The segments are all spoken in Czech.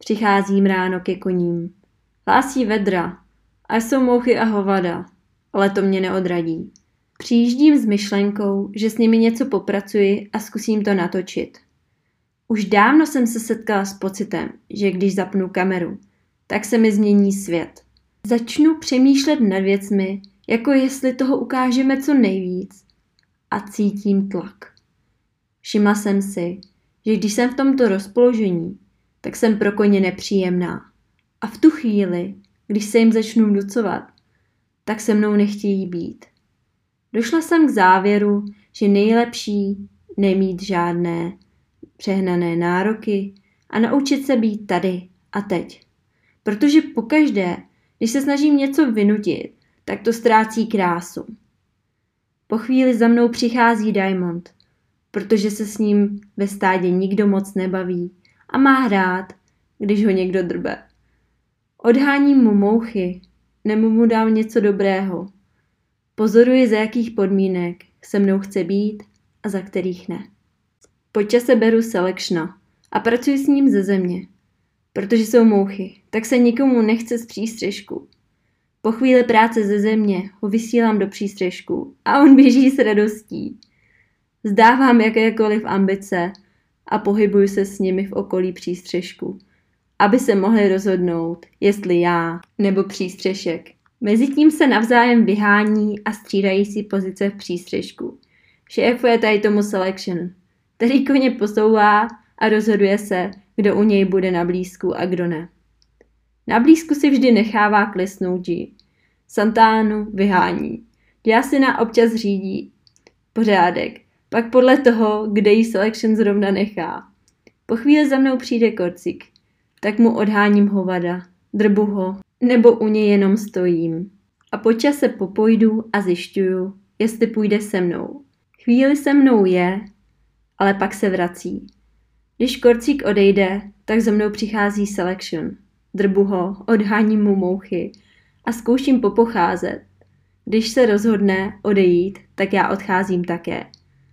Přicházím ráno ke koním. Hlásí vedra a jsou mouchy a hovada, ale to mě neodradí. Přijíždím s myšlenkou, že s nimi něco popracuji a zkusím to natočit. Už dávno jsem se setkala s pocitem, že když zapnu kameru, tak se mi změní svět. Začnu přemýšlet nad věcmi, jako jestli toho ukážeme co nejvíc, a cítím tlak. Všimla jsem si, že když jsem v tomto rozpoložení, tak jsem pro koně nepříjemná. A v tu chvíli, když se jim začnu vnucovat, tak se mnou nechtějí být. Došla jsem k závěru, že nejlepší nemít žádné přehnané nároky a naučit se být tady a teď. Protože pokaždé, když se snažím něco vynutit, tak to ztrácí krásu. Po chvíli za mnou přichází Diamond, protože se s ním ve stádě nikdo moc nebaví a má rád, když ho někdo drbe. Odháním mu mouchy, nebo mu dám něco dobrého. Pozoruji, za jakých podmínek se mnou chce být a za kterých ne. Po čase beru Selectiona a pracuji s ním ze země. Protože jsou mouchy, tak se nikomu nechce z přístřešku. Po chvíli práce ze země ho vysílám do přístřešku a on běží s radostí. Vzdávám jakékoliv ambice a pohybuju se s nimi v okolí přístřešku, aby se mohli rozhodnout, jestli já nebo přístřešek. Mezitím se navzájem vyhání a střídají si pozice v přístřešku. Šéfuje tady tomu Selection, který koně posouvá a rozhoduje se, kdo u něj bude na blízku a kdo ne. Na blízku si vždy nechává klesnout G. Santánu vyhání. Jasina občas řídí pořádek, pak podle toho, kde jí Selection zrovna nechá. Po chvíli za mnou přijde Korcik, tak mu odháním hovada, drbu ho, nebo u něj jenom stojím. A po čase popojdu a zjišťuju, jestli půjde se mnou. Chvíli se mnou je, ale pak se vrací. Když Korcík odejde, tak za mnou přichází Selection. Drbu ho, odháním mu mouchy a zkouším popocházet. Když se rozhodne odejít, tak já odcházím také.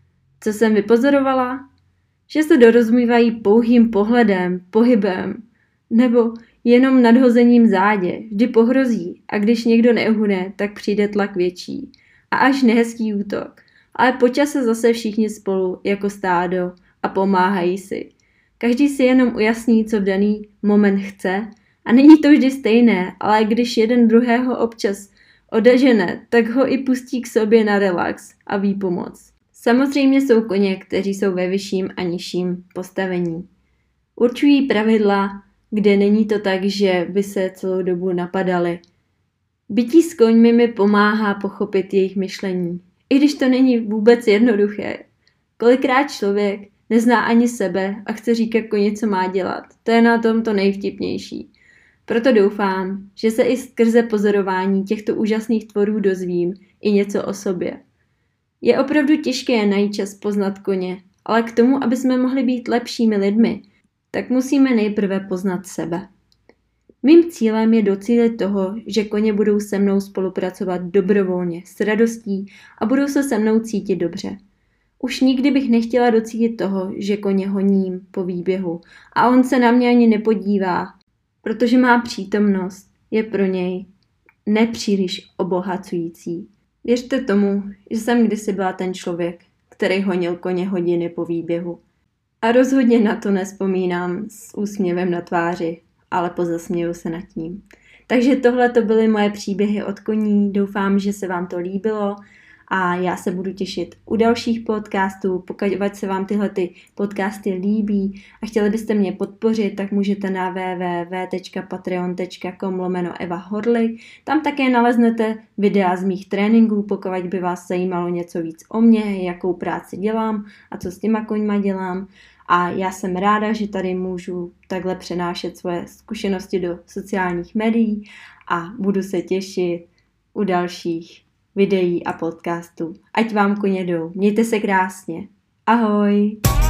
Co jsem vypozorovala? Že se dorozumívají pouhým pohledem, pohybem, nebo jenom nadhozením zádě, vždy pohrozí a když někdo neuhne, tak přijde tlak větší a až nehezký útok. Ale po čase zase všichni spolu jako stádo a pomáhají si. Každý si jenom ujasní, co v daný moment chce a není to vždy stejné, ale když jeden druhého občas odežene, tak ho i pustí k sobě na relax a výpomoc. Samozřejmě jsou koně, kteří jsou ve vyšším a nižším postavení. Určují pravidla, kde není to tak, že by se celou dobu napadali. Bytí s koňmi mi pomáhá pochopit jejich myšlení, i když to není vůbec jednoduché. Kolikrát člověk nezná ani sebe a chce říkat koni, co má dělat. To je na tom to nejvtipnější. Proto doufám, že se i skrze pozorování těchto úžasných tvorů dozvím i něco o sobě. Je opravdu těžké najít čas poznat koně, ale k tomu, aby jsme mohli být lepšími lidmi, tak musíme nejprve poznat sebe. Mým cílem je docílit toho, že koně budou se mnou spolupracovat dobrovolně, s radostí a budou se mnou cítit dobře. Už nikdy bych nechtěla docílit toho, že koně honím po výběhu a on se na mě ani nepodívá, protože má přítomnost je pro něj nepříliš obohacující. Věřte tomu, že jsem kdysi byla ten člověk, který honil koně hodiny po výběhu. A rozhodně na to nevzpomínám s úsměvem na tváři, ale pozasměju se nad tím. Takže tohle to byly moje příběhy od koní, doufám, že se vám to líbilo a já se budu těšit u dalších podcastů. Pokud se vám tyhle podcasty líbí a chtěli byste mě podpořit, tak můžete na www.patreon.com/Eva Horlik. Tam také naleznete videa z mých tréninků, pokud by vás zajímalo něco víc o mně, jakou práci dělám a co s těma koňma dělám. A já jsem ráda, že tady můžu takhle přenášet svoje zkušenosti do sociálních médií a budu se těšit u dalších videí a podcastů. Ať vám koně jdou. Mějte se krásně. Ahoj!